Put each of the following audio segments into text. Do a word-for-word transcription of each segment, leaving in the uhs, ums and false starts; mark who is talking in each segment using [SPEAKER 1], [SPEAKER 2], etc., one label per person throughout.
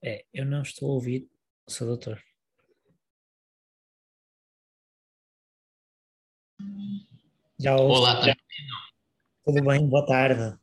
[SPEAKER 1] É, eu não estou a ouvir, Sr. Doutor. Já ouço.
[SPEAKER 2] Olá, tá...
[SPEAKER 1] Tudo bem? Boa tarde.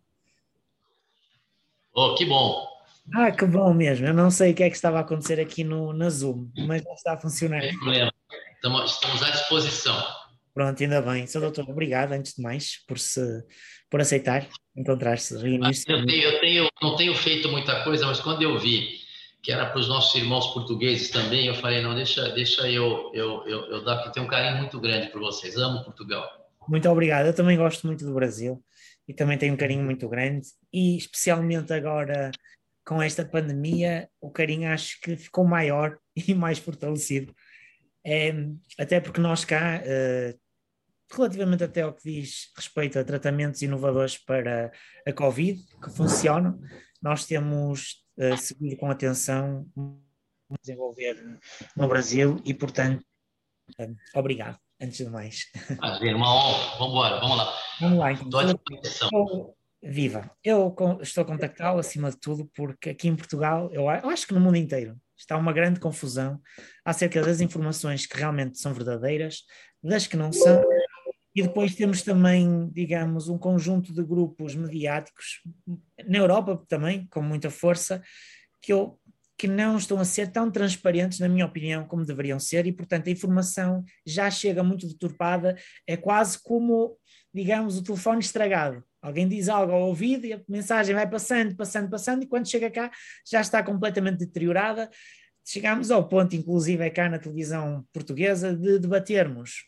[SPEAKER 2] Oh, que bom.
[SPEAKER 1] Ah, que bom mesmo. Eu não sei o que é que estava a acontecer aqui no, na Zoom, mas já está a funcionar.
[SPEAKER 2] Sem problema. Estamos, estamos à disposição.
[SPEAKER 1] Pronto, ainda bem. Sr. Doutor, obrigado, antes de mais, por, se, por aceitar encontrar-se, reunir-se
[SPEAKER 2] Eu
[SPEAKER 1] comigo.
[SPEAKER 2] tenho, eu tenho, não tenho feito muita coisa, mas quando eu vi que era para os nossos irmãos portugueses também, eu falei, não, deixa, deixa eu, eu, eu, eu dar, porque tenho um carinho muito grande por vocês. Amo Portugal.
[SPEAKER 1] Muito obrigado. Eu também gosto muito do Brasil e também tenho um carinho muito grande, e especialmente agora com esta pandemia, o carinho acho que ficou maior e mais fortalecido. É, até porque nós cá, eh, relativamente até ao que diz respeito a tratamentos inovadores para a Covid, que funcionam, nós temos uh, seguido com atenção desenvolver no Brasil e, portanto, uh, obrigado, antes de mais.
[SPEAKER 2] Prazer, uma honra. Vamos embora, vamos lá.
[SPEAKER 1] Vamos lá, então.
[SPEAKER 2] Estou à disposição.
[SPEAKER 1] Eu, viva, eu estou a contactá-lo acima de tudo porque aqui em Portugal, eu, eu acho que no mundo inteiro, está uma grande confusão acerca das informações que realmente são verdadeiras, das que não são. E depois temos também, digamos, um conjunto de grupos mediáticos, na Europa também, com muita força, que, eu, que não estão a ser tão transparentes, na minha opinião, como deveriam ser, e, portanto, a informação já chega muito deturpada, é quase como, digamos, o telefone estragado. Alguém diz algo ao ouvido e a mensagem vai passando, passando, passando, e quando chega cá já está completamente deteriorada. Chegamos ao ponto, inclusive, é cá na televisão portuguesa, de debatermos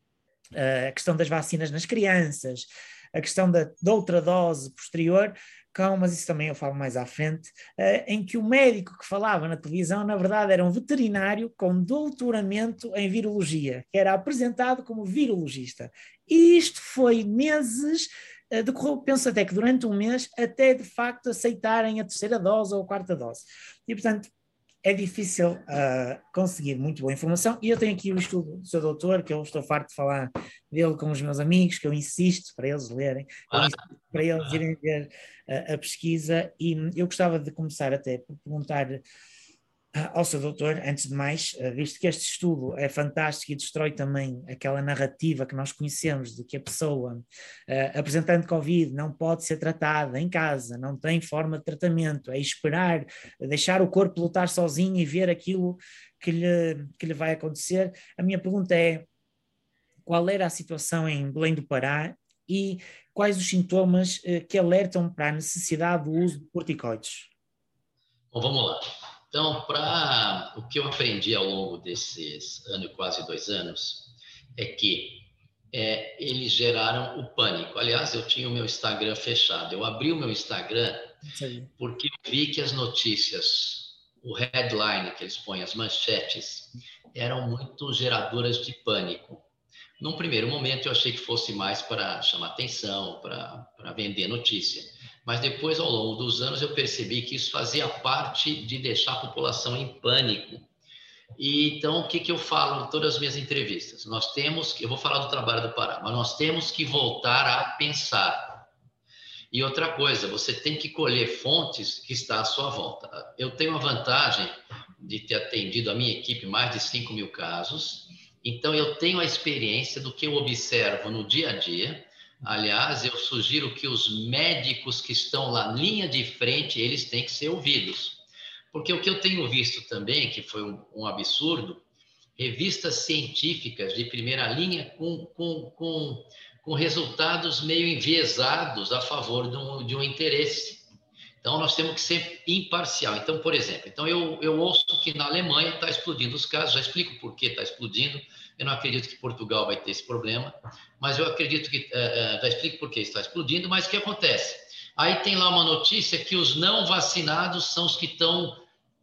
[SPEAKER 1] a questão das vacinas nas crianças, a questão da, da outra dose posterior, com, mas isso também eu falo mais à frente, uh, em que o médico que falava na televisão, na verdade, era um veterinário com doutoramento em virologia, que era apresentado como virologista. E isto foi meses, uh, decorreu, penso até que durante um mês, até de facto aceitarem a terceira dose ou a quarta dose. E, portanto, é difícil uh, conseguir muito boa informação, e eu tenho aqui o estudo do seu doutor, que eu estou farto de falar dele com os meus amigos, que eu insisto para eles lerem, eu insisto para eles irem ver uh, a pesquisa, e eu gostava de começar até por perguntar ao seu doutor, antes de mais, visto que este estudo é fantástico e destrói também aquela narrativa que nós conhecemos de que a pessoa uh, apresentando Covid não pode ser tratada em casa, não tem forma de tratamento, é esperar, deixar o corpo lutar sozinho e ver aquilo que lhe, que lhe vai acontecer. A minha pergunta é, qual era a situação em Belém do Pará e quais os sintomas uh, que alertam para a necessidade do uso de corticoides?
[SPEAKER 2] Bom, vamos lá. Então, para o que eu aprendi ao longo desses anos, quase dois anos, é que é, eles geraram o pânico. Aliás, eu tinha o meu Instagram fechado. Eu abri o meu Instagram porque eu vi que as notícias, o headline que eles põem, as manchetes, eram muito geradoras de pânico. Num primeiro momento, eu achei que fosse mais para chamar atenção, para, para vender notícia. Mas depois, ao longo dos anos, eu percebi que isso fazia parte de deixar a população em pânico. E então, o que, que eu falo em todas as minhas entrevistas? Nós temos que, eu vou falar do trabalho do Pará, mas nós temos que voltar a pensar. E outra coisa, você tem que colher fontes que está à sua volta. Eu tenho a vantagem de ter atendido a minha equipe mais de cinco mil casos, então eu tenho a experiência do que eu observo no dia a dia. Aliás, eu sugiro que os médicos que estão lá, linha de frente, eles têm que ser ouvidos. Porque o que eu tenho visto também, que foi um, um absurdo, revistas científicas de primeira linha com, com, com, com resultados meio enviesados a favor de um, de um interesse. Então, nós temos que ser imparcial. Então, por exemplo, então eu, eu ouço que na Alemanha está explodindo os casos, já explico por que está explodindo. Eu não acredito que Portugal vai ter esse problema, mas eu acredito que, uh, uh, já explico por que está explodindo, mas o que acontece? Aí tem lá uma notícia que os não vacinados são os que estão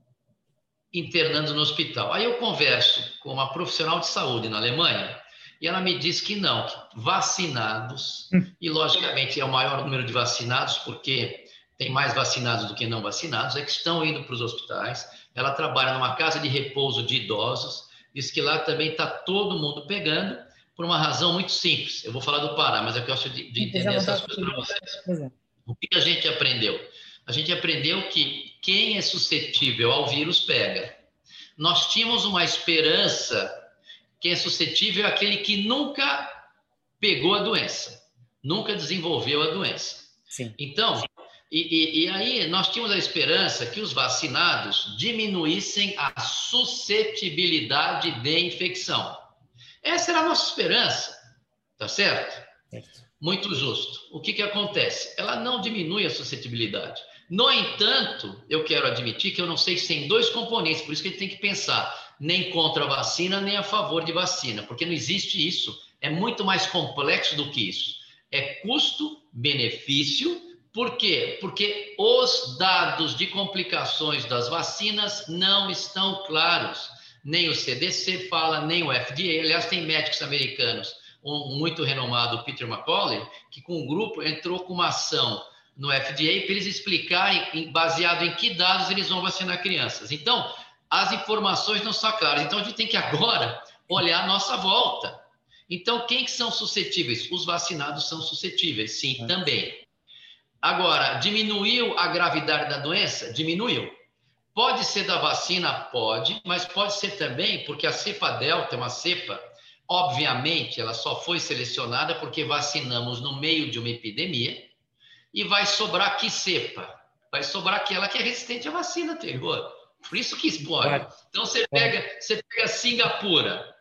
[SPEAKER 2] internando no hospital. Aí eu converso com uma profissional de saúde na Alemanha e ela me diz que não, que vacinados, e logicamente é o maior número de vacinados, porque tem mais vacinados do que não vacinados, é que estão indo para os hospitais. Ela trabalha numa casa de repouso de idosos, diz que lá também está todo mundo pegando, por uma razão muito simples. Eu vou falar do Pará, mas eu gosto de, de entender essas coisas para vocês. O que a gente aprendeu? A gente aprendeu que quem é suscetível ao vírus pega. Nós tínhamos uma esperança, quem é suscetível é aquele que nunca pegou a doença, nunca desenvolveu a doença.
[SPEAKER 1] Sim.
[SPEAKER 2] Então, e, e, e aí nós tínhamos a esperança que os vacinados diminuíssem a suscetibilidade de infecção. Essa era a nossa esperança, tá certo?
[SPEAKER 1] Certo.
[SPEAKER 2] Muito justo. O que que acontece? Ela não diminui a suscetibilidade. No entanto, eu quero admitir que eu não sei se tem dois componentes, por isso que a gente tem que pensar nem contra a vacina, nem a favor de vacina, porque não existe isso. É muito mais complexo do que isso. É custo-benefício. Por quê? Porque os dados de complicações das vacinas não estão claros. Nem o C D C fala, nem o F D A. Aliás, tem médicos americanos, um muito renomado, Peter McCauley, que com um grupo entrou com uma ação no F D A para eles explicarem, baseado em que dados eles vão vacinar crianças. Então, as informações não são claras. Então, a gente tem que agora olhar a nossa volta. Então, quem que são suscetíveis? Os vacinados são suscetíveis, sim, também. Agora, diminuiu a gravidade da doença? Diminuiu. Pode ser da vacina? Pode, mas pode ser também porque a cepa delta é uma cepa, obviamente, ela só foi selecionada porque vacinamos no meio de uma epidemia e vai sobrar que cepa? Vai sobrar aquela que é resistente à vacina anterior. Por isso que explode. Então, você pega, você pega Singapura,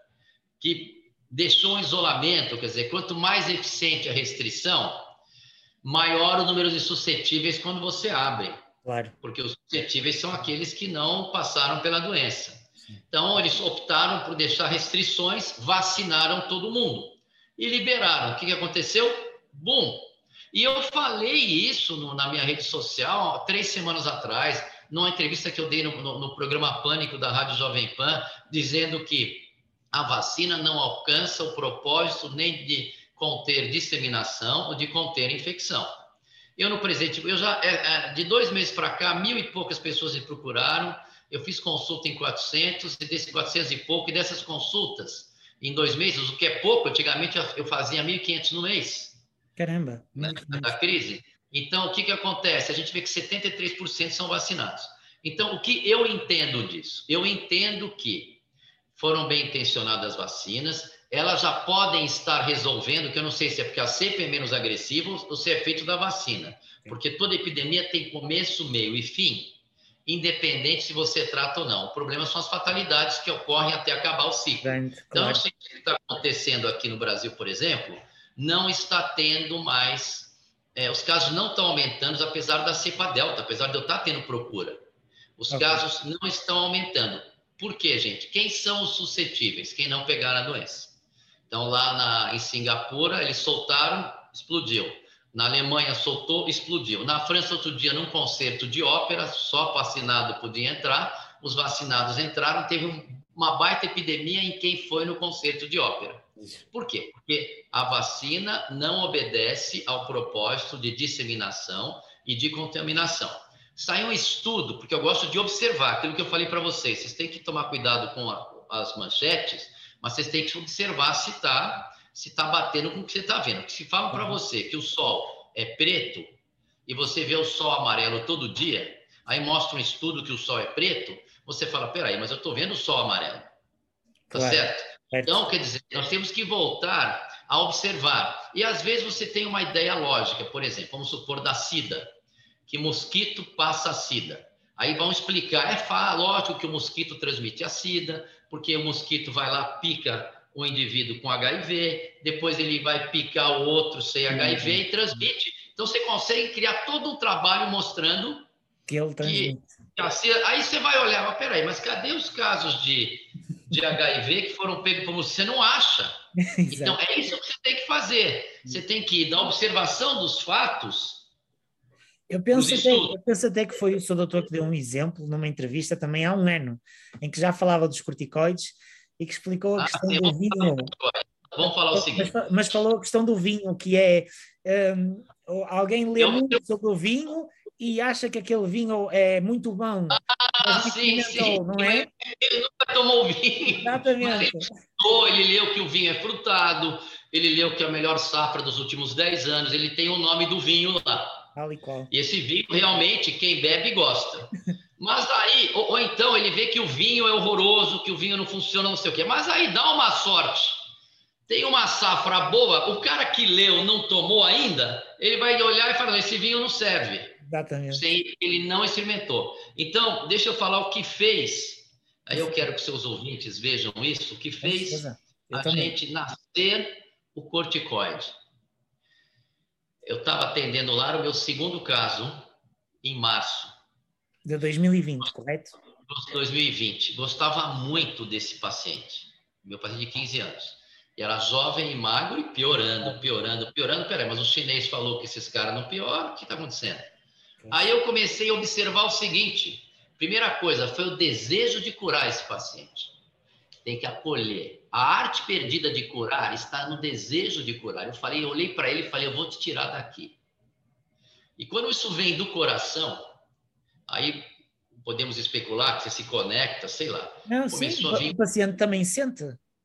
[SPEAKER 2] que deixou um isolamento, quer dizer, quanto mais eficiente a restrição, maior o número de suscetíveis quando você abre.
[SPEAKER 1] Claro.
[SPEAKER 2] Porque os suscetíveis são aqueles que não passaram pela doença. Então, eles optaram por deixar restrições, vacinaram todo mundo e liberaram. O que, que aconteceu? Bum! E eu falei isso no, na minha rede social três semanas atrás, numa entrevista que eu dei no, no, no programa Pânico da Rádio Jovem Pan, dizendo que a vacina não alcança o propósito nem de conter disseminação ou de conter infecção. Eu no presente, eu já, é, é, de dois meses para cá, mil e poucas pessoas me procuraram, eu fiz consulta em quatrocentos, e desses quatrocentos e pouco, e dessas consultas, em dois meses, o que é pouco, antigamente eu fazia mil e quinhentos no mês.
[SPEAKER 1] Caramba!
[SPEAKER 2] Né, da crise. Então, o que, que acontece? A gente vê que setenta e três por cento são vacinados. Então, o que eu entendo disso? Eu entendo que foram bem intencionadas as vacinas, elas já podem estar resolvendo, que eu não sei se é porque a cepa é menos agressiva ou se é feito da vacina. Porque toda epidemia tem começo, meio e fim, independente se você trata ou não. O problema são as fatalidades que ocorrem até acabar o ciclo.
[SPEAKER 1] Grande,
[SPEAKER 2] então,
[SPEAKER 1] claro.
[SPEAKER 2] eu sei o que está acontecendo aqui no Brasil, por exemplo, não está tendo mais... É, os casos não estão aumentando, apesar da cepa delta, apesar de eu estar tendo procura. Os okay. casos não estão aumentando. Por quê, gente? Quem são os suscetíveis? Quem não pegaram a doença. Então, lá na, em Singapura, eles soltaram, explodiu. Na Alemanha, soltou, explodiu. Na França, outro dia, num concerto de ópera, só vacinado podia entrar. Os vacinados entraram, teve um, uma baita epidemia em quem foi no concerto de ópera. Por quê? Porque a vacina não obedece ao propósito de disseminação e de contaminação. Saiu um estudo, porque eu gosto de observar aquilo que eu falei para vocês. Vocês têm que tomar cuidado com a, as manchetes, mas vocês têm que observar se está se tá batendo com o que você está vendo. Porque se falam para você que o sol é preto e você vê o sol amarelo todo dia, aí mostra um estudo que o sol é preto, você fala, peraí, mas eu estou vendo o sol amarelo. Tá
[SPEAKER 1] claro.
[SPEAKER 2] certo? Então, quer dizer, nós temos que voltar a observar. E às vezes você tem uma ideia lógica, por exemplo, vamos supor da SIDA, que mosquito passa a SIDA. Aí vão explicar, é fácil, lógico que o mosquito transmite a SIDA, porque o mosquito vai lá, pica o indivíduo com H I V, depois ele vai picar o outro sem H I V e transmite. Então você consegue criar todo um trabalho mostrando
[SPEAKER 1] que ele transmite.
[SPEAKER 2] Que a SIDA... Aí você vai olhar, mas peraí, mas cadê os casos de, de H I V que foram pegos por você? Você não acha. Então é isso que você tem que fazer. Você tem que ir da observação dos fatos.
[SPEAKER 1] Eu penso, até, eu penso até que foi o seu doutor que deu um exemplo numa entrevista também há um ano, em que já falava dos corticoides e que explicou a questão ah, sim, do vinho.
[SPEAKER 2] Vamos falar o seguinte.
[SPEAKER 1] Mas, mas falou a questão do vinho, que é um, alguém lê eu, muito eu... sobre o vinho e acha que aquele vinho é muito bom.
[SPEAKER 2] Ah, sim, sim.
[SPEAKER 1] Não é?
[SPEAKER 2] Ele nunca tomou vinho.
[SPEAKER 1] Exatamente.
[SPEAKER 2] Ele, ele leu que o vinho é frutado, ele leu que é a melhor safra dos últimos dez anos, ele tem o nome do vinho lá.
[SPEAKER 1] Tal e qual.
[SPEAKER 2] E esse vinho, realmente, quem bebe gosta. Mas aí, ou, ou então ele vê que o vinho é horroroso, que o vinho não funciona, não sei o quê. Mas aí dá uma sorte. Tem uma safra boa, o cara que leu não tomou ainda, ele vai olhar e falar, esse vinho não serve.
[SPEAKER 1] Exatamente.
[SPEAKER 2] Sem, ele não experimentou. Então, deixa eu falar o que fez. Aí eu quero que seus ouvintes vejam isso, o que fez a
[SPEAKER 1] também.
[SPEAKER 2] gente nascer o corticoide. Eu estava atendendo lá o meu segundo caso, em março.
[SPEAKER 1] De dois mil e vinte, correto?
[SPEAKER 2] dois mil e vinte. Gostava muito desse paciente. Meu paciente de quinze anos. E era jovem e magro e piorando, piorando, piorando. Peraí, mas o chinês falou que esses caras não pioram, o que está acontecendo? Aí eu comecei a observar o seguinte. Primeira coisa, foi o desejo de curar esse paciente. Tem que acolher. A arte perdida de curar está no desejo de curar. Eu falei, eu olhei para ele e falei, eu vou te tirar daqui. E quando isso vem do coração, aí podemos especular que você se conecta, sei lá.
[SPEAKER 1] Não,
[SPEAKER 2] Começou
[SPEAKER 1] sim,
[SPEAKER 2] a vir...
[SPEAKER 1] o paciente também sente.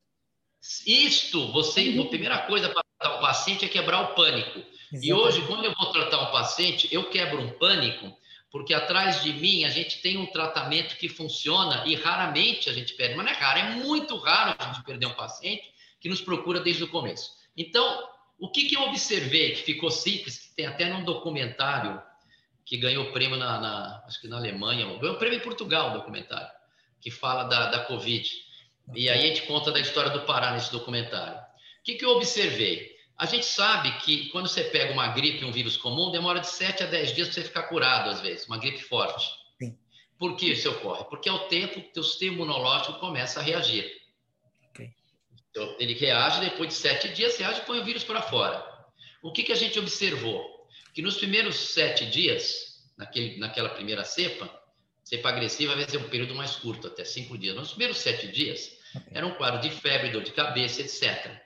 [SPEAKER 2] Isto, você, a primeira coisa para tratar um paciente é quebrar o pânico. Exatamente. E hoje, quando eu vou tratar um paciente, eu quebro um pânico, porque atrás de mim a gente tem um tratamento que funciona e raramente a gente perde. Mas não é raro, é muito raro a gente perder um paciente que nos procura desde o começo. Então, o que, que eu observei que ficou simples, que tem até num documentário que ganhou prêmio na, na acho que na Alemanha, ganhou prêmio em Portugal, o documentário, que fala da, da Covid. Okay. E aí a gente conta da história do Pará nesse documentário. O que, que eu observei? A gente sabe que quando você pega uma gripe, um vírus comum, demora de sete a dez dias para você ficar curado, às vezes, uma gripe forte.
[SPEAKER 1] Sim.
[SPEAKER 2] Por que isso ocorre? Porque é o tempo que o teu sistema imunológico começa a reagir.
[SPEAKER 1] Okay.
[SPEAKER 2] Então, ele reage, depois de sete dias, reage e põe o vírus para fora. O que, que a gente observou? Que nos primeiros sete dias, naquele, naquela primeira cepa, cepa agressiva vai ser um período mais curto, até cinco dias. Nos primeiros sete dias, okay. Era um quadro de febre, dor de cabeça, etcétera.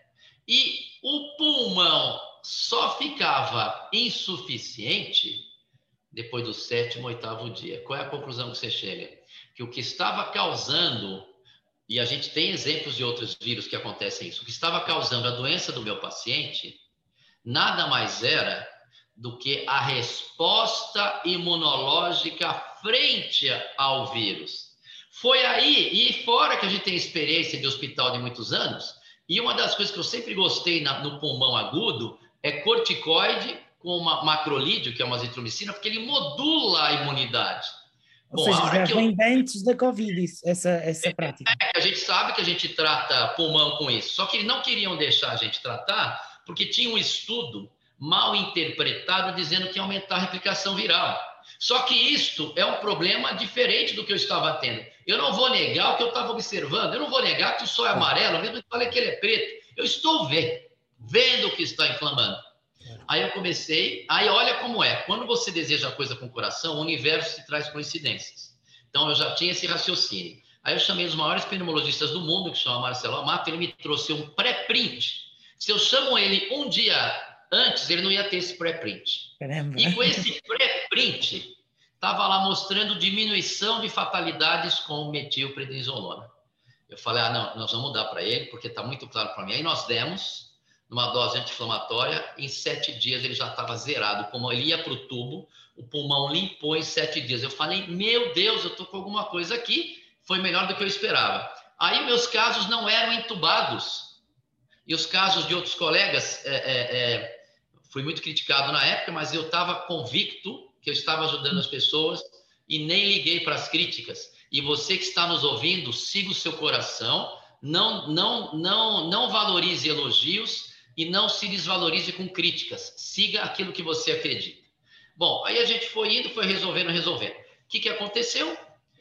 [SPEAKER 2] E o pulmão só ficava insuficiente depois do sétimo, oitavo dia. Qual é a conclusão que você chega? Que o que estava causando, e a gente tem exemplos de outros vírus que acontecem isso, o que estava causando a doença do meu paciente, nada mais era do que a resposta imunológica frente ao vírus. Foi aí, e fora que a gente tem experiência de hospital de muitos anos, e uma das coisas que eu sempre gostei na, no pulmão agudo é corticoide com uma macrolídeo, que é uma azitromicina, porque ele modula a imunidade.
[SPEAKER 1] Ou Bom, seja, já vem eu... antes da Covid, isso, essa, essa
[SPEAKER 2] é,
[SPEAKER 1] prática.
[SPEAKER 2] É, a gente sabe que a gente trata pulmão com isso, só que eles não queriam deixar a gente tratar, porque tinha um estudo mal interpretado dizendo que ia aumentar a replicação viral. Só que isto é um problema diferente do que eu estava tendo. Eu não vou negar o que eu estava observando, eu não vou negar que o sol é amarelo, mesmo que eu falei que ele é preto. Eu estou vendo, vendo o que está inflamando. Aí eu comecei, aí olha como é, quando você deseja a coisa com o coração, o universo se traz coincidências. Então eu já tinha esse raciocínio. Aí eu chamei os maiores pneumologistas do mundo, que chama Marcelo Amato, ele me trouxe um pré-print. Se eu chamo ele um dia antes, ele não ia ter esse pré-print. E com esse pré-print, estava lá mostrando diminuição de fatalidades com metilprednisolona. Eu falei, ah, não, nós vamos dar para ele, porque está muito claro para mim. Aí nós demos numa dose anti-inflamatória, em sete dias ele já estava zerado. Como ele ia para o tubo, o pulmão limpou em sete dias. Eu falei, meu Deus, eu estou com alguma coisa aqui. Foi melhor do que eu esperava. Aí meus casos não eram entubados. E os casos de outros colegas, é, é, é, fui muito criticado na época, mas eu estava convicto que eu estava ajudando as pessoas e nem liguei para as críticas. E você que está nos ouvindo, siga o seu coração, não, não, não, não valorize elogios e não se desvalorize com críticas. Siga aquilo que você acredita. Bom, aí a gente foi indo, foi resolvendo, resolvendo. O que, que aconteceu?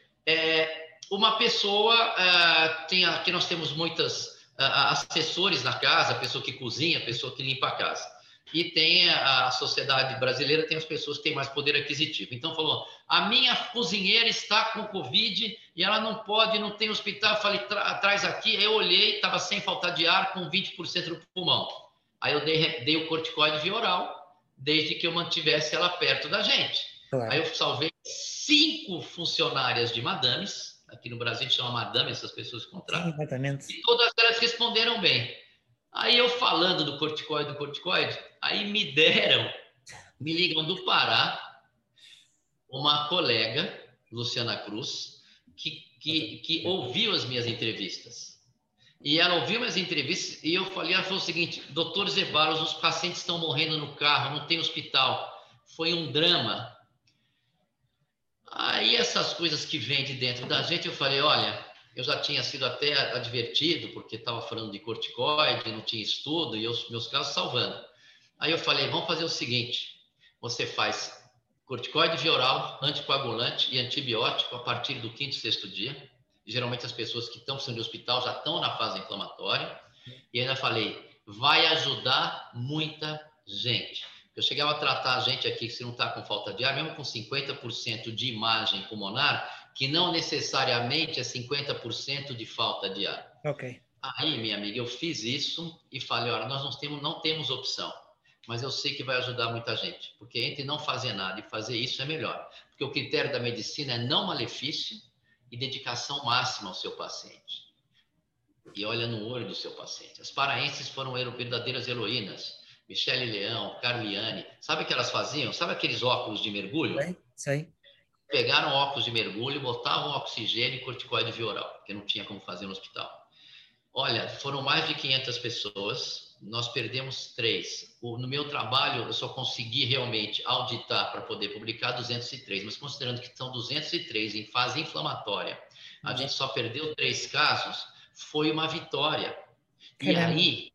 [SPEAKER 2] É, uma pessoa, uh, tem, aqui nós temos muitas uh, assessores na casa, pessoa que cozinha, pessoa que limpa a casa. E tem a, a sociedade brasileira, tem as pessoas que têm mais poder aquisitivo. Então falou, a minha cozinheira está com Covid e ela não pode, não tem hospital. Eu falei, tra traz aqui. Aí eu olhei, estava sem falta de ar, com vinte por cento do pulmão. Aí eu dei, dei o corticoide via oral, desde que eu mantivesse ela perto da gente. Claro. Aí eu salvei cinco funcionárias de madames, aqui no Brasil a gente chama madame, essas pessoas que contratam.
[SPEAKER 1] Sim, exatamente.
[SPEAKER 2] E todas elas responderam bem. Aí eu falando do corticoide, do corticoide, aí me deram Me ligam do Pará uma colega, Luciana Cruz, que, que, que ouviu as minhas entrevistas. E ela ouviu minhas entrevistas e eu falei, ela falou o seguinte, doutor Zé Barros, os pacientes estão morrendo no carro, não tem hospital. Foi um drama. Aí essas coisas que vêm de dentro da gente, eu falei, olha, eu já tinha sido até advertido, porque estava falando de corticoide, não tinha estudo, e os meus casos salvando. Aí eu falei, vamos fazer o seguinte, você faz corticoide via oral, anticoagulante e antibiótico a partir do quinto, sexto dia. Geralmente as pessoas que estão precisando de hospital já estão na fase inflamatória. E ainda falei, vai ajudar muita gente. Eu chegava a tratar a gente aqui que se não está com falta de ar, mesmo com cinquenta por cento de imagem pulmonar, que não necessariamente é cinquenta por cento de falta de ar.
[SPEAKER 1] Ok.
[SPEAKER 2] Aí, minha amiga, eu fiz isso e falei, olha, nós não temos, não temos opção, mas eu sei que vai ajudar muita gente, porque entre não fazer nada e fazer isso é melhor. Porque o critério da medicina é não malefício e dedicação máxima ao seu paciente. E olha no olho do seu paciente. As paraenses foram verdadeiras heroínas. Michele Leão, Carliane. Sabe o que elas faziam? Sabe aqueles óculos de mergulho?
[SPEAKER 1] Sei, sei.
[SPEAKER 2] Pegaram óculos de mergulho, botavam oxigênio e corticoide via oral, porque não tinha como fazer no hospital. Olha, foram mais de quinhentas pessoas, nós perdemos três. No meu trabalho, eu só consegui realmente auditar para poder publicar duzentos e três, mas considerando que são duzentos e três em fase inflamatória, a gente só perdeu três casos, foi uma vitória. E aí,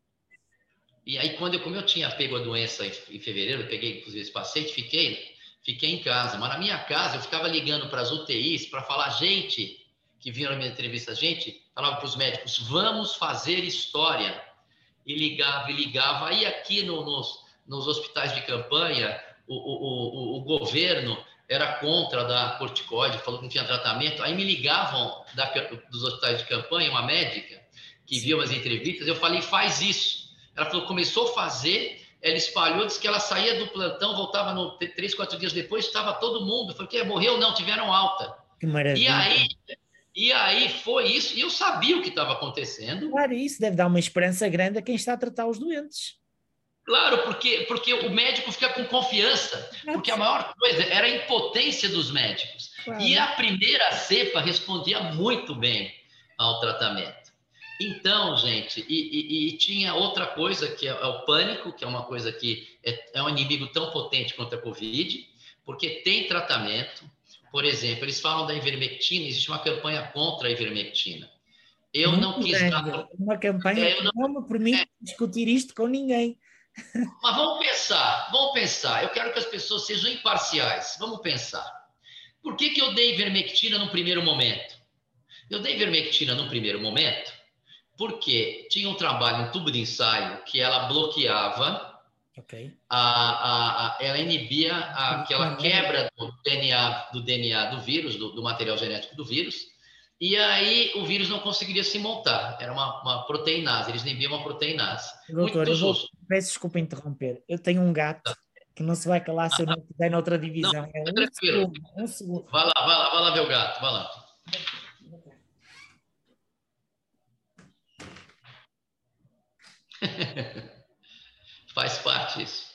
[SPEAKER 2] e aí, quando eu, como eu tinha pego a doença em, em fevereiro, eu peguei inclusive esse paciente, fiquei, fiquei em casa. Mas na minha casa, eu ficava ligando para as U T Is para falar, gente, que vinha na minha entrevista, gente, falava para os médicos, vamos fazer história. E ligava, e ligava. Aí aqui no, nos, nos hospitais de campanha, o, o, o, o governo era contra da corticoide, falou que não tinha tratamento. Aí me ligavam da, dos hospitais de campanha, uma médica, que viu as entrevistas, eu falei, faz isso. Ela falou, começou a fazer, ela espalhou, disse que ela saía do plantão, voltava no, três, quatro dias depois, estava todo mundo. Eu falei, que morreu? Não, tiveram alta.
[SPEAKER 1] Que maravilha.
[SPEAKER 2] E aí, e aí foi isso, e eu sabia o que estava acontecendo.
[SPEAKER 1] Claro, isso deve dar uma esperança grande a quem está a tratar os doentes.
[SPEAKER 2] Claro, porque, porque o médico fica com confiança, porque a maior coisa era a impotência dos médicos. Claro. E a primeira cepa respondia muito bem ao tratamento. Então, gente, e, e, e tinha outra coisa que é, é o pânico, que é uma coisa que é, é um inimigo tão potente contra a Covid, porque tem tratamento. Por exemplo, eles falam da ivermectina, existe uma campanha contra a ivermectina. Eu muito não quis
[SPEAKER 1] grande. dar... Uma campanha é, que não, não me permite é... discutir isto com ninguém.
[SPEAKER 2] Mas vamos pensar, vamos pensar. Eu quero que as pessoas sejam imparciais. Vamos pensar. Por que, que eu dei ivermectina no primeiro momento? Eu dei ivermectina no primeiro momento porque tinha um trabalho, um tubo de ensaio, que ela bloqueava, okay. a, a, a, ela inibia a, aquela quebra do D N A do, D N A do vírus, do, do material genético do vírus, e aí o vírus não conseguiria se montar. Era uma, uma proteinase, eles inibiam uma proteinase.
[SPEAKER 1] Doutor,
[SPEAKER 2] muito
[SPEAKER 1] eu vou,
[SPEAKER 2] justo.
[SPEAKER 1] Peço desculpa interromper. Eu tenho um gato tá. que não se vai calar se eu não estiver noutra divisão.
[SPEAKER 2] Não,
[SPEAKER 1] é um
[SPEAKER 2] tranquilo.
[SPEAKER 1] segundo, um segundo.
[SPEAKER 2] Vai lá, vai lá, vai lá ver o gato, vai lá. Faz parte isso.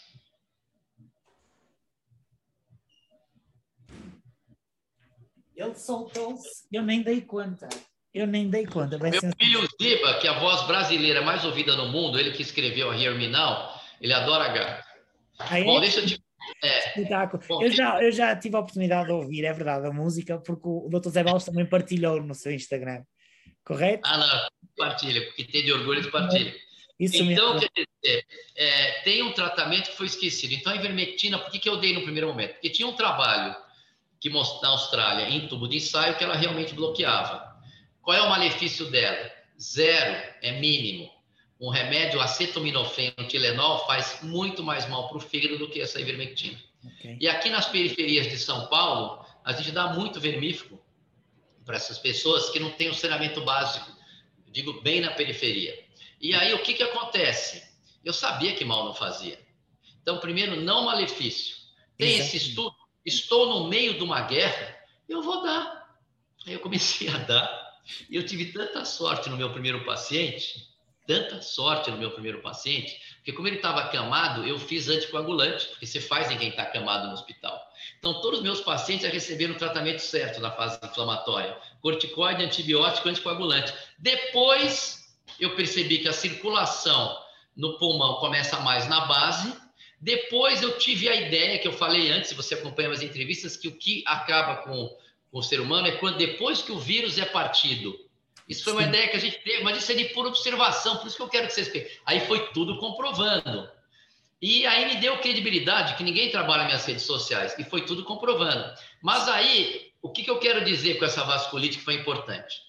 [SPEAKER 1] Ele soltou-se, eu nem dei conta. Eu nem dei conta.
[SPEAKER 2] Meu
[SPEAKER 1] ser...
[SPEAKER 2] filho Ziba, que é a voz brasileira mais ouvida no mundo, ele que escreveu a Hear Me Now, ele adora gato.
[SPEAKER 1] Ah, é?
[SPEAKER 2] Bom, deixa eu te... É.
[SPEAKER 1] Bom, eu, já, eu já tive a oportunidade de ouvir, é verdade, a música, porque o doutor Zé Barros também partilhou no seu Instagram, correto?
[SPEAKER 2] Ah, não, partilha, porque tem de orgulho de partilha.
[SPEAKER 1] Isso
[SPEAKER 2] então,
[SPEAKER 1] mesmo.
[SPEAKER 2] quer dizer, é, tem um tratamento que foi esquecido. Então, a ivermectina, por que, que eu dei no primeiro momento? Porque tinha um trabalho que mostra na Austrália, em tubo de ensaio, que ela realmente bloqueava. Qual é o malefício dela? Zero, é mínimo. Um remédio acetaminofén, um Tilenol, faz muito mais mal para o fígado do que essa ivermectina. Okay. E aqui nas periferias de São Paulo, a gente dá muito vermífugo para essas pessoas que não têm o saneamento básico. Eu digo bem na periferia. E aí, o que, que acontece? Eu sabia que mal não fazia. Então, primeiro, não malefício. Tem Exato. Esse estudo, estou no meio de uma guerra, eu vou dar. Aí eu comecei a dar, e eu tive tanta sorte no meu primeiro paciente, tanta sorte no meu primeiro paciente, porque como ele estava acamado, eu fiz anticoagulante, porque você faz em quem está acamado no hospital. Então, todos os meus pacientes já receberam o tratamento certo na fase inflamatória. Corticoide, antibiótico, anticoagulante. Depois, eu percebi que a circulação no pulmão começa mais na base. Depois, eu tive a ideia, que eu falei antes, se você acompanha as entrevistas, que o que acaba com, com o ser humano é quando depois que o vírus é partido. Isso foi uma Sim. ideia que a gente teve, mas isso é de pura observação, por isso que eu quero que vocês peguem. Aí foi tudo comprovando. E aí me deu credibilidade, que ninguém trabalha nas minhas redes sociais, e foi tudo comprovando. Mas aí, o que, que eu quero dizer com essa vasculite que foi importante?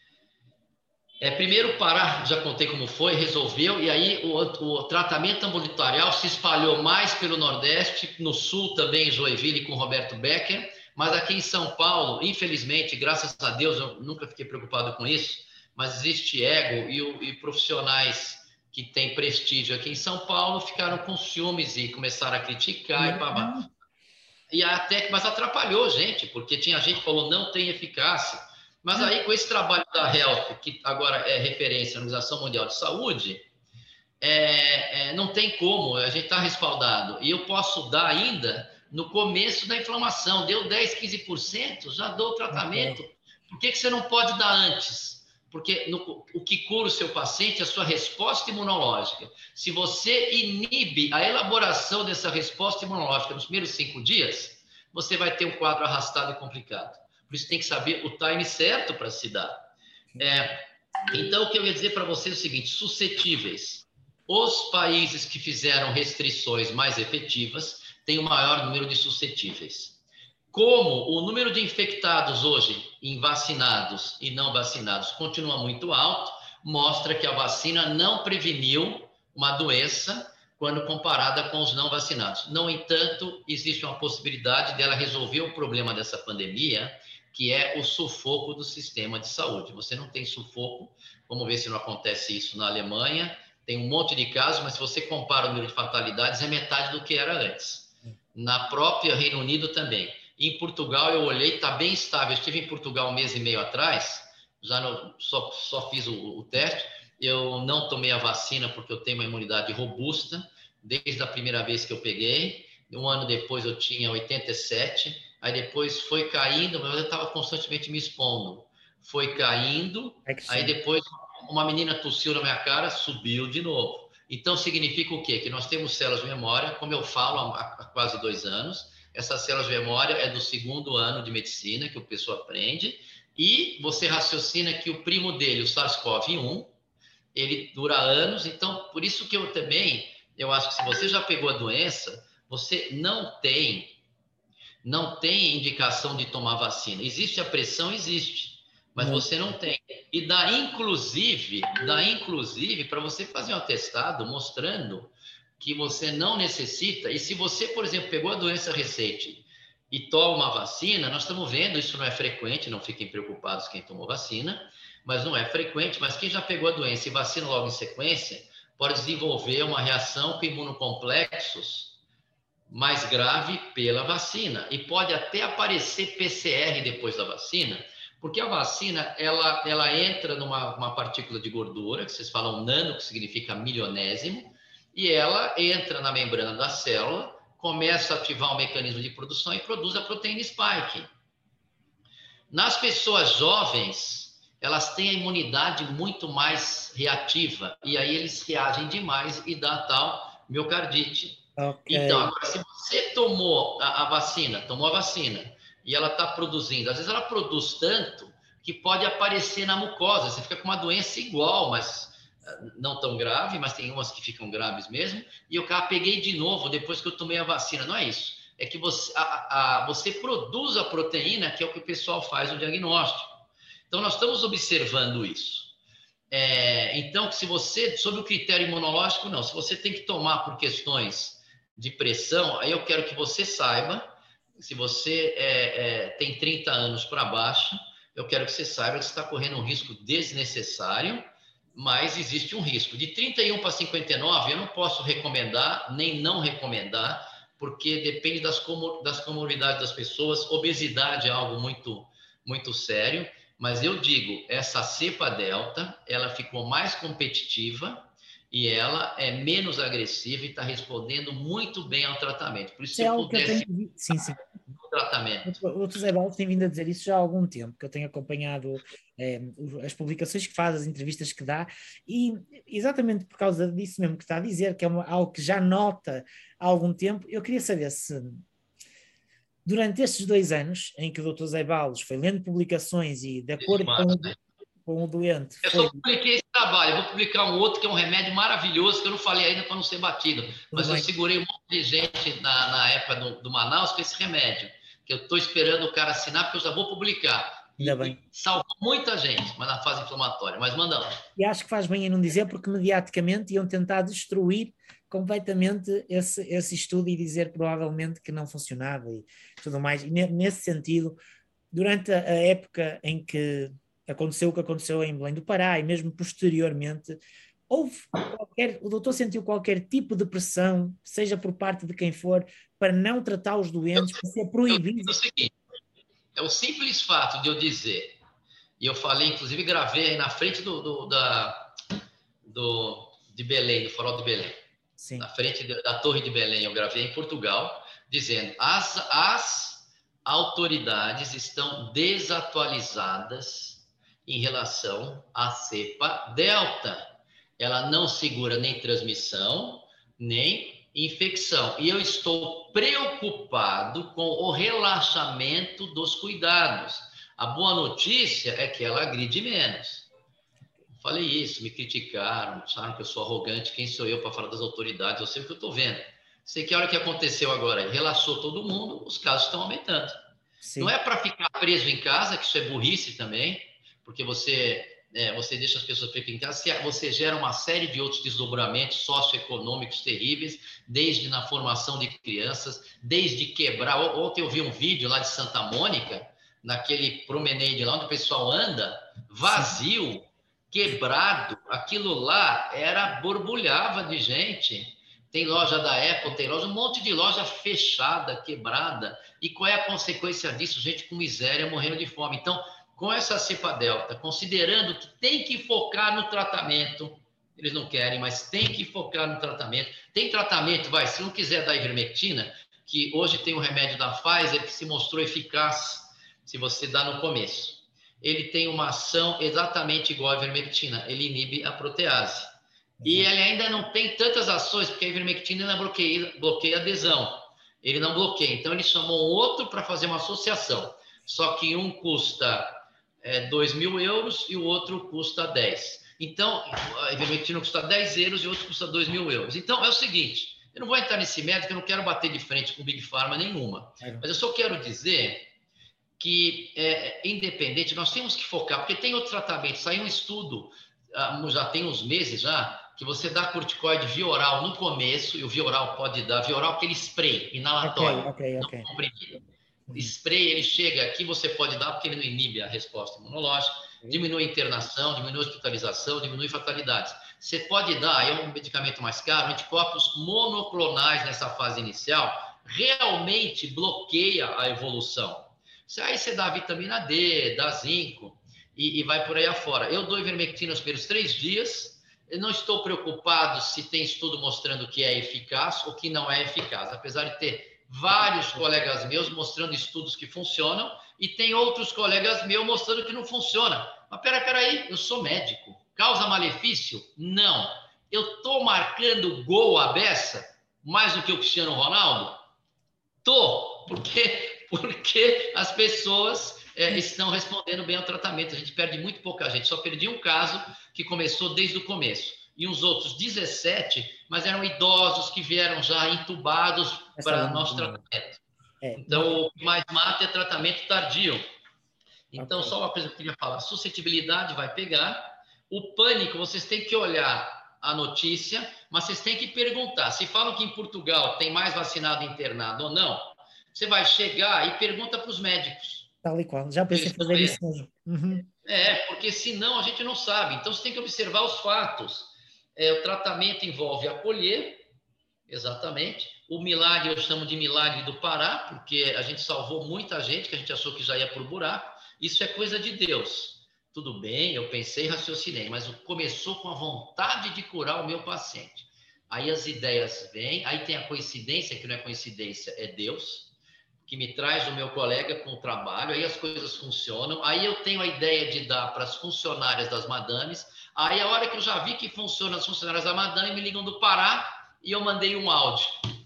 [SPEAKER 2] É, primeiro parar, já contei como foi, resolveu, e aí o, o tratamento ambulatorial se espalhou mais pelo Nordeste, no Sul também, em Joinville, com Roberto Becker, mas aqui em São Paulo, infelizmente, graças a Deus, eu nunca fiquei preocupado com isso, mas existe ego e, e profissionais que têm prestígio aqui em São Paulo ficaram com ciúmes e começaram a criticar e babá. E até, mas atrapalhou gente, porque tinha gente que falou não tem eficácia. Mas aí, com esse trabalho da Health, que agora é referência à Organização Mundial de Saúde, é, é, não tem como, a gente está respaldado. E eu posso dar ainda no começo da inflamação. Deu dez, quinze por cento, já dou o tratamento. Okay. Por que, que você não pode dar antes? Porque no, o que cura o seu paciente é a sua resposta imunológica. Se você inibe a elaboração dessa resposta imunológica nos primeiros cinco dias, você vai ter um quadro arrastado e complicado. Por isso tem que saber o time certo para se dar. É, então, o que eu ia dizer para vocês é o seguinte, suscetíveis. Os países que fizeram restrições mais efetivas têm o maior número de suscetíveis. Como o número de infectados hoje em vacinados e não vacinados continua muito alto, mostra que a vacina não preveniu uma doença quando comparada com os não vacinados. No entanto, existe uma possibilidade dela resolver o problema dessa pandemia, que é o sufoco do sistema de saúde. Você não tem sufoco, vamos ver se não acontece isso na Alemanha, tem um monte de casos, mas se você compara o número de fatalidades, é metade do que era antes. Na própria Reino Unido também. Em Portugal, eu olhei, está bem estável. Eu estive em Portugal um mês e meio atrás, já no, só, só fiz o, o teste, eu não tomei a vacina porque eu tenho uma imunidade robusta, desde a primeira vez que eu peguei. Um ano depois eu tinha oitenta e sete, aí depois foi caindo, mas eu estava constantemente me expondo. Foi caindo, é aí depois uma menina tossiu na minha cara, subiu de novo. Então significa o quê? Que nós temos células de memória, como eu falo há, há quase dois anos, essas células de memória é do segundo ano de medicina que o pessoal aprende, e você raciocina que o primo dele, o SARS-CoV um, ele dura anos, então por isso que eu também, eu acho que se você já pegou a doença, você não tem, não tem indicação de tomar vacina. Existe a pressão? Existe, mas não. Você não tem. E dá inclusive, dá inclusive para você fazer um atestado mostrando que você não necessita, e se você, por exemplo, pegou a doença recente e toma uma vacina, nós estamos vendo, isso não é frequente, não fiquem preocupados quem tomou vacina, mas não é frequente, mas quem já pegou a doença e vacina logo em sequência, pode desenvolver uma reação com imunocomplexos mais grave pela vacina, e pode até aparecer P C R depois da vacina, porque a vacina, ela, ela entra numa uma partícula de gordura, que vocês falam nano, que significa milionésimo, e ela entra na membrana da célula, começa a ativar o mecanismo de produção e produz a proteína spike. Nas pessoas jovens, elas têm a imunidade muito mais reativa, e aí eles reagem demais e dá tal miocardite. Okay. Então, agora, se você tomou a, a vacina, tomou a vacina, e ela está produzindo, às vezes ela produz tanto que pode aparecer na mucosa, você fica com uma doença igual, mas não tão grave, mas tem umas que ficam graves mesmo, e eu cá peguei de novo depois que eu tomei a vacina. Não é isso, é que você, a, a, você produz a proteína, que é o que o pessoal faz no diagnóstico. Então, nós estamos observando isso. É, então, se você, sob o critério imunológico, não, se você tem que tomar por questões de pressão, aí eu quero que você saiba, se você é, é, tem trinta anos para baixo, eu quero que você saiba que você está correndo um risco desnecessário, mas existe um risco. De trinta e um para cinquenta e nove, eu não posso recomendar, nem não recomendar, porque depende das, comor das comorbidades das pessoas. Obesidade é algo muito, muito sério. Mas eu digo, essa cepa delta, ela ficou mais competitiva e ela é menos agressiva e está respondendo muito bem ao tratamento. Por isso,
[SPEAKER 1] Isso
[SPEAKER 2] se
[SPEAKER 1] é
[SPEAKER 2] eu
[SPEAKER 1] algo que eu tenho.
[SPEAKER 2] pudesse
[SPEAKER 1] Sim, sim.
[SPEAKER 2] o tratamento.
[SPEAKER 1] O doutor Zé Baldo tem vindo a dizer isso já há algum tempo, que eu tenho acompanhado eh, as publicações que faz, as entrevistas que dá, e exatamente por causa disso mesmo que está a dizer, que é uma, algo que já nota há algum tempo, eu queria saber se durante estes dois anos em que o doutor Zé Baldo foi lendo publicações e de acordo com, o- com o doente
[SPEAKER 2] Eu
[SPEAKER 1] foi
[SPEAKER 2] só publiquei esse trabalho, eu vou publicar um outro que é um remédio maravilhoso, que eu não falei ainda para não ser batido,
[SPEAKER 1] tudo
[SPEAKER 2] mas eu
[SPEAKER 1] bem,
[SPEAKER 2] segurei um monte de gente na, na época do, do Manaus com esse remédio, que eu estou esperando o cara assinar, porque eu já vou publicar. E,
[SPEAKER 1] ainda bem.
[SPEAKER 2] e salvou muita gente, mas na fase inflamatória. Mas manda lá.
[SPEAKER 1] E acho que faz bem em não dizer, porque mediaticamente iam tentar destruir completamente esse, esse estudo e dizer provavelmente que não funcionava e tudo mais. E nesse sentido, durante a época em que aconteceu o que aconteceu em Belém do Pará e mesmo posteriormente, houve qualquer, o doutor sentiu qualquer tipo de pressão, seja por parte de quem for, para não tratar os doentes, para ser
[SPEAKER 2] Eu
[SPEAKER 1] proibido.
[SPEAKER 2] digo o seguinte, é o simples fato de eu dizer, e eu falei, inclusive gravei aí na frente do, do, da, do, de Belém, do Farol de Belém,
[SPEAKER 1] Sim.
[SPEAKER 2] na frente da Torre de Belém, eu gravei em Portugal, dizendo as, as autoridades estão desatualizadas em relação à cepa delta. Ela não segura nem transmissão, nem infecção. E eu estou preocupado com o relaxamento dos cuidados. A boa notícia é que ela agride menos. Falei isso, me criticaram, acharam que eu sou arrogante. Quem sou eu para falar das autoridades? Eu sei o que eu estou vendo. Sei que a hora que aconteceu agora, relaxou todo mundo, os casos estão aumentando.
[SPEAKER 1] Sim.
[SPEAKER 2] Não é para ficar preso em casa, que isso é burrice também, porque você, é, você deixa as pessoas presas em casa, você gera uma série de outros desdobramentos socioeconômicos terríveis, desde na formação de crianças, desde quebrar. Ontem eu vi um vídeo lá de Santa Mônica, naquele promenade lá onde o pessoal anda, vazio. Sim. Quebrado, aquilo lá era borbulhava de gente. Tem loja da Apple, tem loja, um monte de loja fechada, quebrada. E qual é a consequência disso? Gente com miséria, morrendo de fome. Então, com essa cepa delta, considerando que tem que focar no tratamento, eles não querem, mas tem que focar no tratamento. Tem tratamento, vai, se não quiser dar ivermectina, que hoje tem o remédio da Pfizer que se mostrou eficaz se você dá no começo. Ele tem uma ação exatamente igual à ivermectina, ele inibe a protease. E ele ainda não tem tantas ações, porque a ivermectina ainda bloqueia, bloqueia a adesão. Ele não bloqueia. Então, ele chamou outro para fazer uma associação. Só que um custa é, dois mil euros e o outro custa dez. Então, a ivermectina custa dez euros e o outro custa dois mil euros. Então, é o seguinte, eu não vou entrar nesse método, eu não quero bater de frente com Big Pharma nenhuma. Mas eu só quero dizer que, é, independente, nós temos que focar, porque tem outro tratamento. Saiu um estudo, já tem uns meses já, que você dá corticoide via oral no começo, e o via oral pode dar, via oral aquele spray inalatório,
[SPEAKER 1] ok, ok, ok.
[SPEAKER 2] não comprimido. O spray, ele chega aqui, você pode dar porque ele não inibe a resposta imunológica, diminui a internação, diminui a hospitalização, diminui fatalidades. Você pode dar, é um medicamento mais caro, anticorpos monoclonais nessa fase inicial, realmente bloqueia a evolução. Aí você dá vitamina D, dá zinco e, e vai por aí afora. Eu dou ivermectina nos primeiros três dias. Eu não estou preocupado se tem estudo mostrando que é eficaz ou que não é eficaz, apesar de ter vários colegas meus mostrando estudos que funcionam e tem outros colegas meus mostrando que não funciona. Mas peraí, peraí, eu sou médico. Causa malefício? Não. Eu estou marcando gol à beça mais do que o Cristiano Ronaldo? Tô, porque, porque as pessoas é, estão respondendo bem ao tratamento. A gente perde muito pouca gente. Só perdi um caso que começou desde o começo. E os outros dezessete, mas eram idosos que vieram já entubados para nosso tratamento. É, então, o que mais mata é tratamento tardio. Então, okay. Só uma coisa que eu queria falar. Suscetibilidade vai pegar. O pânico, vocês têm que olhar a notícia, mas vocês têm que perguntar. Se falam que em Portugal tem mais vacinado internado ou não, você vai chegar e pergunta para os médicos.
[SPEAKER 1] Tal e qual. Já pensei em fazer isso mesmo. Uhum.
[SPEAKER 2] É, porque senão a gente não sabe. Então, você tem que observar os fatos. É, o tratamento envolve acolher, exatamente. O milagre, eu chamo de milagre do Pará, porque a gente salvou muita gente, que a gente achou que já ia para o buraco. Isso é coisa de Deus. Tudo bem, eu pensei e raciocinei, mas começou com a vontade de curar o meu paciente. Aí as ideias vêm, aí tem a coincidência, que não é coincidência, é Deus, que me traz o meu colega com o trabalho, aí as coisas funcionam, aí eu tenho a ideia de dar para as funcionárias das madames, aí a hora que eu já vi que funciona as funcionárias da madame, me ligam do Pará e eu mandei um áudio.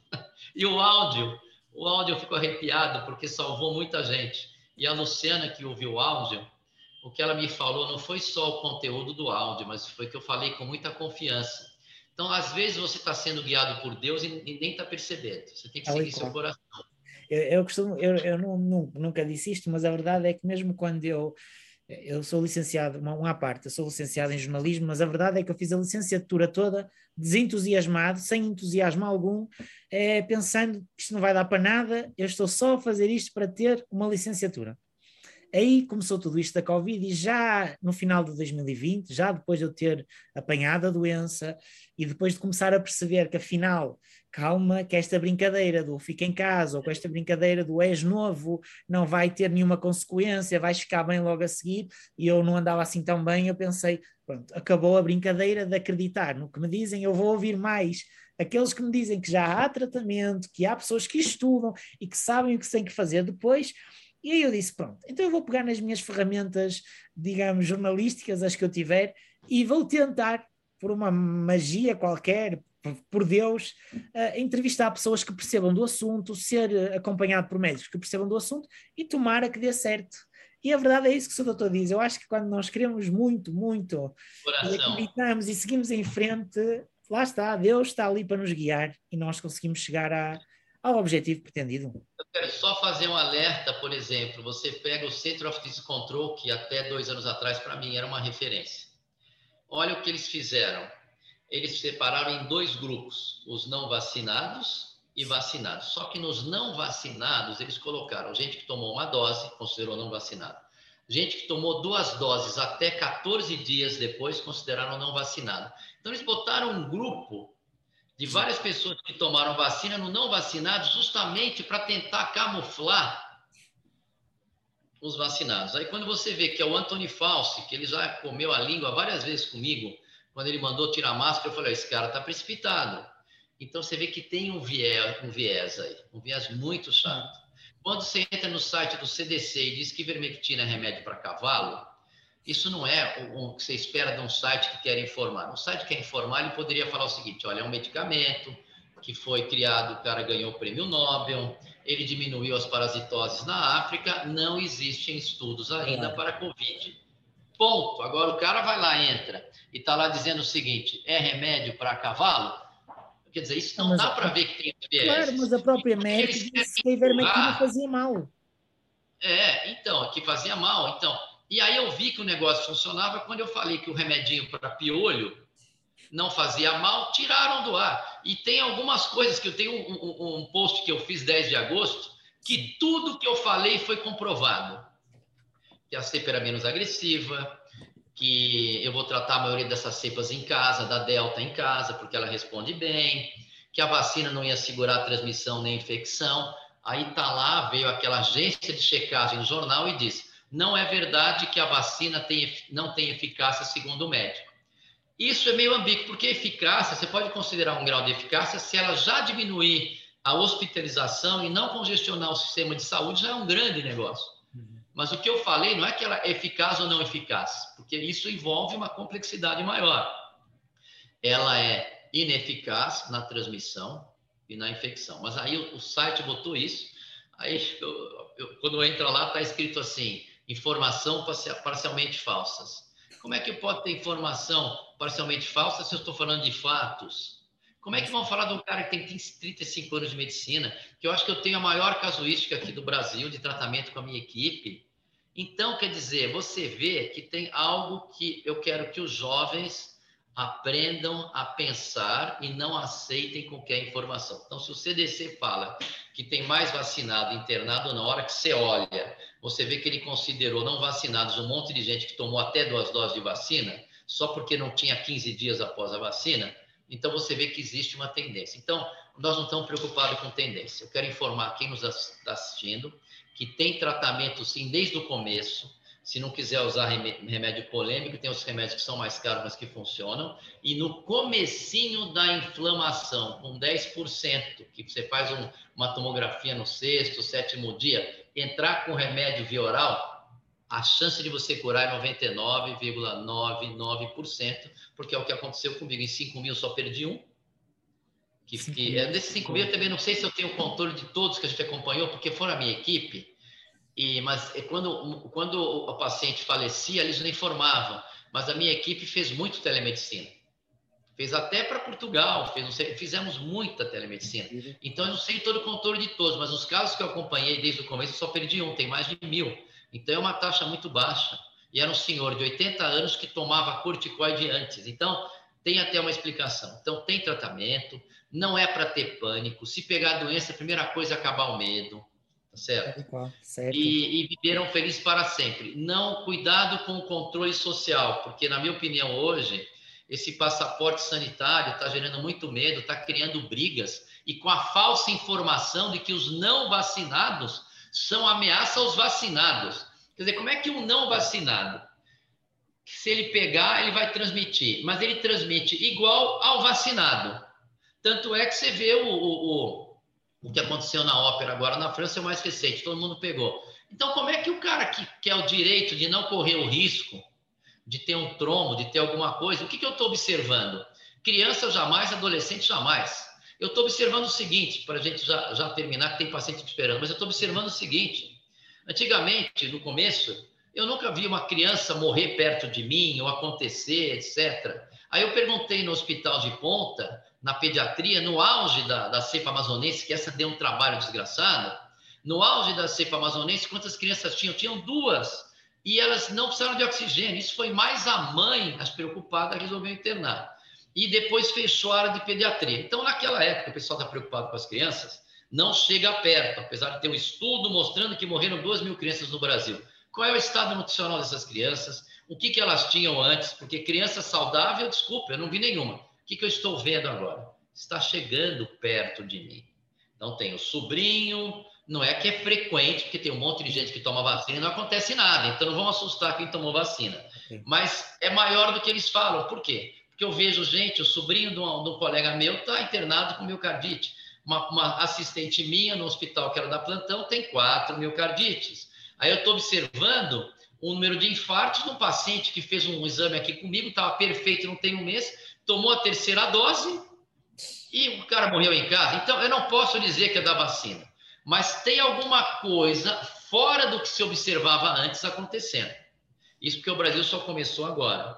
[SPEAKER 2] E o áudio, o áudio eu fico arrepiado porque salvou muita gente. E a Luciana, que ouviu o áudio, o que ela me falou não foi só o conteúdo do áudio, mas foi que eu falei com muita confiança. Então, às vezes, você está sendo guiado por Deus e nem está percebendo. Você tem que
[SPEAKER 1] Ali,
[SPEAKER 2] seguir seu coração.
[SPEAKER 1] Eu, eu, costumo, eu, eu não, não, nunca disse isto, mas a verdade é que mesmo quando eu, eu sou licenciado, uma, uma à parte, eu sou licenciado em jornalismo, mas a verdade é que eu fiz a licenciatura toda desentusiasmado, sem entusiasmo algum, é, pensando que isto não vai dar para nada, eu estou só a fazer isto para ter uma licenciatura. Aí começou tudo isto da Covid e já no final de dois mil e vinte, já depois de eu ter apanhado a doença e depois de começar a perceber que afinal, calma, que esta brincadeira do fica em casa ou com esta brincadeira do és novo não vai ter nenhuma consequência, vais ficar bem logo a seguir, e eu não andava assim tão bem, eu pensei, pronto, acabou a brincadeira de acreditar no que me dizem, eu vou ouvir mais aqueles que me dizem que já há tratamento, que há pessoas que estudam e que sabem o que se tem que fazer depois. E aí eu disse, pronto, então eu vou pegar nas minhas ferramentas, digamos, jornalísticas, as que eu tiver, e vou tentar, por uma magia qualquer, por Deus, uh, entrevistar pessoas que percebam do assunto, ser acompanhado por médicos que percebam do assunto e tomara que dê certo. E a verdade é isso que o seu doutor diz. Eu acho que quando nós queremos muito, muito, e acreditamos e seguimos em frente, lá está, Deus está ali para nos guiar e nós conseguimos chegar a, ao objetivo pretendido.
[SPEAKER 2] Eu quero só fazer um alerta, por exemplo, você pega o Center of Disease Control, que até dois anos atrás, para mim, era uma referência. Olha o que eles fizeram. Eles separaram em dois grupos, os não vacinados e vacinados. Só que nos não vacinados, eles colocaram gente que tomou uma dose, considerou não vacinado. Gente que tomou duas doses até quatorze dias depois, consideraram não vacinado. Então, eles botaram um grupo de várias pessoas que tomaram vacina no não vacinado, justamente para tentar camuflar os vacinados. Aí, quando você vê que é o Anthony Fauci, que ele já comeu a língua várias vezes comigo, quando ele mandou tirar a máscara, eu falei, esse cara está precipitado. Então, você vê que tem um viés, um viés aí, um viés muito chato. Quando você entra no site do C D C e diz que ivermectina é remédio para cavalo, isso não é o que você espera de um site que quer informar. Um site que quer informar, ele poderia falar o seguinte, olha, é um medicamento que foi criado, o cara ganhou o prêmio Nobel, ele diminuiu as parasitoses na África, não existem estudos ainda para a Covid. Ponto. Agora o cara vai lá, entra e está lá dizendo o seguinte, é remédio para cavalo? Quer dizer, isso não, não dá para ver que tem viés.
[SPEAKER 1] Claro, mas a própria Merck disse que a ivermectina fazia mal.
[SPEAKER 2] É, então, que fazia mal. Então, e aí eu vi que o negócio funcionava quando eu falei que o remedinho para piolho não fazia mal, tiraram do ar. E tem algumas coisas que eu tenho um, um, um post que eu fiz dez de agosto, que tudo que eu falei foi comprovado. Que a cepa era menos agressiva, que eu vou tratar a maioria dessas cepas em casa, da Delta em casa, porque ela responde bem, que a vacina não ia segurar a transmissão nem infecção. Aí tá lá, veio aquela agência de checagem no jornal e diz, não é verdade que a vacina tem, não tem eficácia segundo o médico. Isso é meio ambíguo, porque eficácia, você pode considerar um grau de eficácia se ela já diminuir a hospitalização e não congestionar o sistema de saúde, já é um grande negócio. Mas o que eu falei não é que ela é eficaz ou não eficaz, porque isso envolve uma complexidade maior. Ela é ineficaz na transmissão e na infecção. Mas aí o, o site botou isso, aí eu, eu, quando entra lá está escrito assim, informação parcialmente falsas. Como é que pode ter informação parcialmente falsa se eu estou falando de fatos? Como é que vão falar de um cara que tem trinta e cinco anos de medicina, que eu acho que eu tenho a maior casuística aqui do Brasil de tratamento com a minha equipe? Então, quer dizer, você vê que tem algo que eu quero que os jovens aprendam a pensar e não aceitem qualquer informação. Então, se o C D C fala que tem mais vacinado internado, na hora que você olha, você vê que ele considerou não vacinados um monte de gente que tomou até duas doses de vacina, só porque não tinha quinze dias após a vacina, então você vê que existe uma tendência. Então, nós não estamos preocupados com tendência. Eu quero informar quem nos está assistindo que tem tratamento, sim, desde o começo. Se não quiser usar remédio polêmico, tem os remédios que são mais caros, mas que funcionam. E no comecinho da inflamação, com dez por cento, que você faz um, uma tomografia no sexto, sétimo dia, entrar com remédio via oral, a chance de você curar é noventa e nove vírgula noventa e nove por cento, porque é o que aconteceu comigo. Em cinco mil só perdi um. Que, que, é, desses cinco mil eu também não sei se eu tenho controle de todos que a gente acompanhou, porque foram a minha equipe. E, mas quando, quando o paciente falecia, eles não informavam. Mas a minha equipe fez muito telemedicina. Fez até para Portugal, fez, sei, fizemos muita telemedicina. Então, eu não sei todo o controle de todos, mas os casos que eu acompanhei desde o começo, eu só perdi um, tem mais de mil. Então, é uma taxa muito baixa. E era um senhor de oitenta anos que tomava corticoide antes. Então, tem até uma explicação. Então, tem tratamento, não é para ter pânico. Se pegar a doença, a primeira coisa é acabar o medo. Certo?
[SPEAKER 1] certo.
[SPEAKER 2] E, e viveram felizes para sempre. Não, cuidado com o controle social, porque, na minha opinião, hoje, esse passaporte sanitário está gerando muito medo, está criando brigas, e com a falsa informação de que os não vacinados são ameaça aos vacinados. Quer dizer, como é que um não vacinado, se ele pegar, ele vai transmitir, mas ele transmite igual ao vacinado. Tanto é que você vê o... o, o O que aconteceu na ópera agora na França é o mais recente, todo mundo pegou. Então, como é que o cara que quer o direito de não correr o risco de ter um trombo, de ter alguma coisa, o que, que eu estou observando? Criança jamais, adolescente jamais. Eu estou observando o seguinte, para a gente já, já terminar, que tem paciente esperando, mas eu estou observando o seguinte. Antigamente, no começo, eu nunca vi uma criança morrer perto de mim ou acontecer, etcétera. Aí eu perguntei no hospital de ponta, na pediatria, no auge da, da cepa amazonense, que essa deu um trabalho desgraçado, no auge da cepa amazonense, quantas crianças tinham? Tinham duas, e elas não precisaram de oxigênio. Isso foi mais a mãe, as preocupadas, resolveu internar. E depois fechou a área de pediatria. Então, naquela época, o pessoal está preocupado com as crianças, não chega perto, apesar de ter um estudo mostrando que morreram duas mil crianças no Brasil. Qual é o estado nutricional dessas crianças? O que, que elas tinham antes? Porque criança saudável, desculpa, eu não vi nenhuma. O que, que eu estou vendo agora? Está chegando perto de mim. Então, tem o sobrinho, não é que é frequente, porque tem um monte de gente que toma vacina e não acontece nada. Então, não vamos assustar quem tomou vacina. Okay. Mas é maior do que eles falam. Por quê? Porque eu vejo gente, o sobrinho de um, de um colega meu está internado com miocardite. Uma, uma assistente minha no hospital, que era da plantão, tem quatro miocardites. Aí eu estou observando o número de infartos no paciente que fez um exame aqui comigo, estava perfeito, não tem um mês, tomou a terceira dose e o cara morreu em casa. Então, eu não posso dizer que é da vacina, mas tem alguma coisa fora do que se observava antes acontecendo. Isso porque o Brasil só começou agora.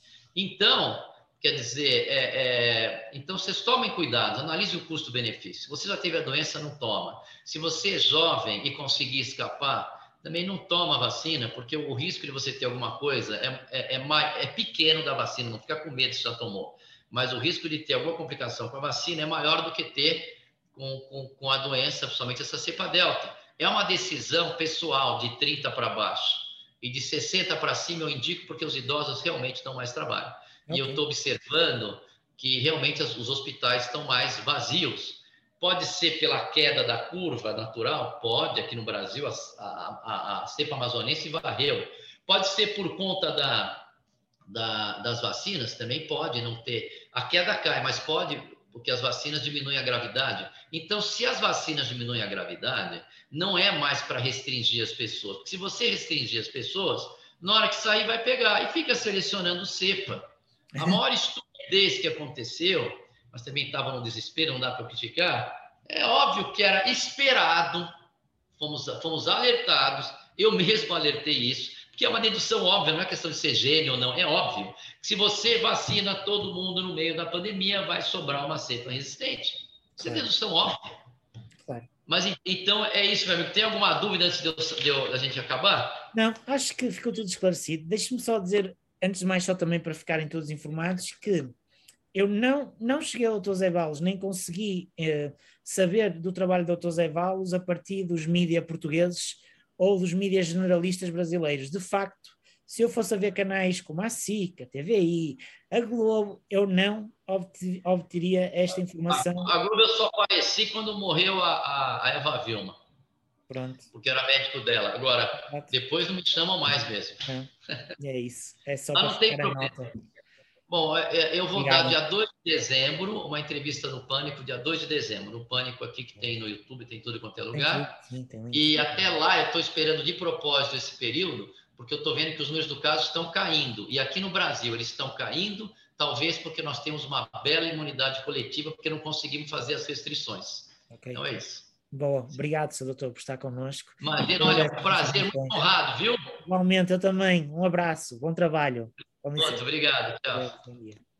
[SPEAKER 2] Então, quer dizer, é, é... então vocês tomem cuidado, analise o custo-benefício. Se você já teve a doença, não toma. Se você é jovem e conseguir escapar, também não toma vacina, porque o risco de você ter alguma coisa é, é, é, mais, é pequeno da vacina, não fica com medo se já tomou. Mas o risco de ter alguma complicação com a vacina é maior do que ter com, com, com a doença, principalmente essa cepa delta. É uma decisão pessoal de trinta para baixo. E de sessenta para cima eu indico porque os idosos realmente dão mais trabalho. Okay. E eu estou observando que realmente os hospitais estão mais vazios. Pode ser pela queda da curva natural? Pode, aqui no Brasil a, a, a cepa amazonense varreu. Pode ser por conta da, da, das vacinas? Também pode não ter. A queda cai, mas pode, porque as vacinas diminuem a gravidade. Então, se as vacinas diminuem a gravidade, não é mais para restringir as pessoas. Porque se você restringir as pessoas, na hora que sair vai pegar e fica selecionando cepa. A maior estupidez que aconteceu, mas também estava no desespero, não dá para criticar, é óbvio que era esperado, fomos, fomos alertados, eu mesmo alertei isso, porque é uma dedução óbvia, não é questão de ser gênio ou não, é óbvio que se você vacina todo mundo no meio da pandemia, vai sobrar uma cepa resistente. Isso claro. É dedução óbvia. Claro. Mas então é isso, meu amigo. Tem alguma dúvida antes de, eu, de eu, a gente acabar?
[SPEAKER 1] Não, acho que ficou tudo esclarecido. Deixe-me só dizer, antes de mais, só também para ficarem todos informados, que eu não, não cheguei ao doutor Zé Valos, nem consegui eh, saber do trabalho do doutor Zé Valos a partir dos mídia portugueses ou dos mídias generalistas brasileiros. De facto, se eu fosse a ver canais como a SIC, a T V I, a Globo, eu não obter, obteria esta informação.
[SPEAKER 2] A, a Globo eu só apareci quando morreu a, a, a Eva Vilma.
[SPEAKER 1] Pronto.
[SPEAKER 2] Porque era médico dela. Agora,
[SPEAKER 1] Pronto.
[SPEAKER 2] depois não me chamam mais mesmo.
[SPEAKER 1] É, é isso. É só
[SPEAKER 2] Mas
[SPEAKER 1] para
[SPEAKER 2] não tem
[SPEAKER 1] ficar a
[SPEAKER 2] problema.
[SPEAKER 1] nota.
[SPEAKER 2] Bom, eu vou
[SPEAKER 1] Obrigado.
[SPEAKER 2] dar dia dois de dezembro, uma entrevista no Pânico, dia dois de dezembro. No Pânico aqui que tem no YouTube, tem tudo quanto é lugar.
[SPEAKER 1] Tem tudo, sim, tem
[SPEAKER 2] E até lá eu estou esperando de propósito esse período, porque eu estou vendo que os números do caso estão caindo. E aqui no Brasil eles estão caindo, talvez porque nós temos uma bela imunidade coletiva, porque não conseguimos fazer as restrições. Okay. Então é isso.
[SPEAKER 1] Boa, obrigado, senhor doutor, por estar connosco.
[SPEAKER 2] Imagina, olha, um prazer, muito honrado, viu?
[SPEAKER 1] Igualmente, eu também. Um abraço, bom trabalho.
[SPEAKER 2] Muito obrigado, tchau.
[SPEAKER 1] Bom dia.